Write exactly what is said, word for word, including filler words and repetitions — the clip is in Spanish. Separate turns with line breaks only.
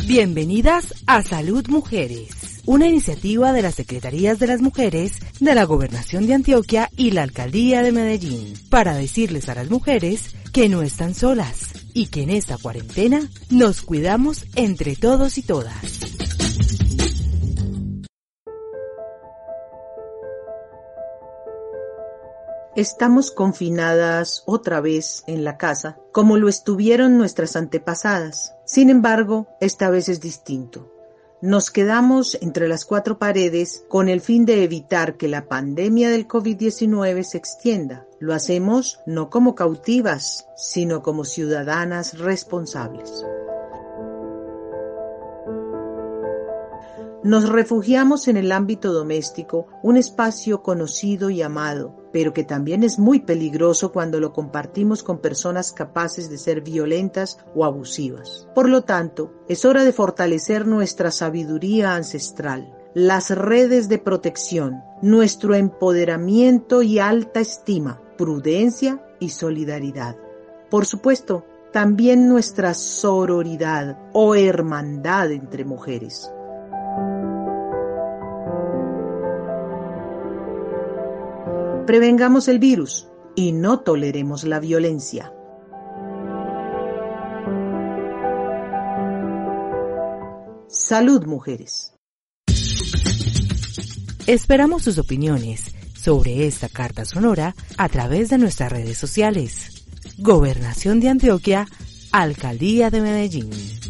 Bienvenidas a Salud Mujeres, una iniciativa de las Secretarías de las Mujeres de la Gobernación de Antioquia y la Alcaldía de Medellín, para decirles a las mujeres que no están solas y que en esta cuarentena nos cuidamos entre todos y todas.
Estamos confinadas otra vez en la casa, como lo estuvieron nuestras antepasadas. Sin embargo, esta vez es distinto. Nos quedamos entre las cuatro paredes con el fin de evitar que la pandemia del COVID diecinueve se extienda. Lo hacemos no como cautivas, sino como ciudadanas responsables. Nos refugiamos en el ámbito doméstico, un espacio conocido y amado, pero que también es muy peligroso cuando lo compartimos con personas capaces de ser violentas o abusivas. Por lo tanto, es hora de fortalecer nuestra sabiduría ancestral, las redes de protección, nuestro empoderamiento y alta estima, prudencia y solidaridad. Por supuesto, también nuestra sororidad o hermandad entre mujeres. Prevengamos el virus y no toleremos la violencia. Salud, mujeres.
Esperamos sus opiniones sobre esta carta sonora a través de nuestras redes sociales. Gobernación de Antioquia, Alcaldía de Medellín.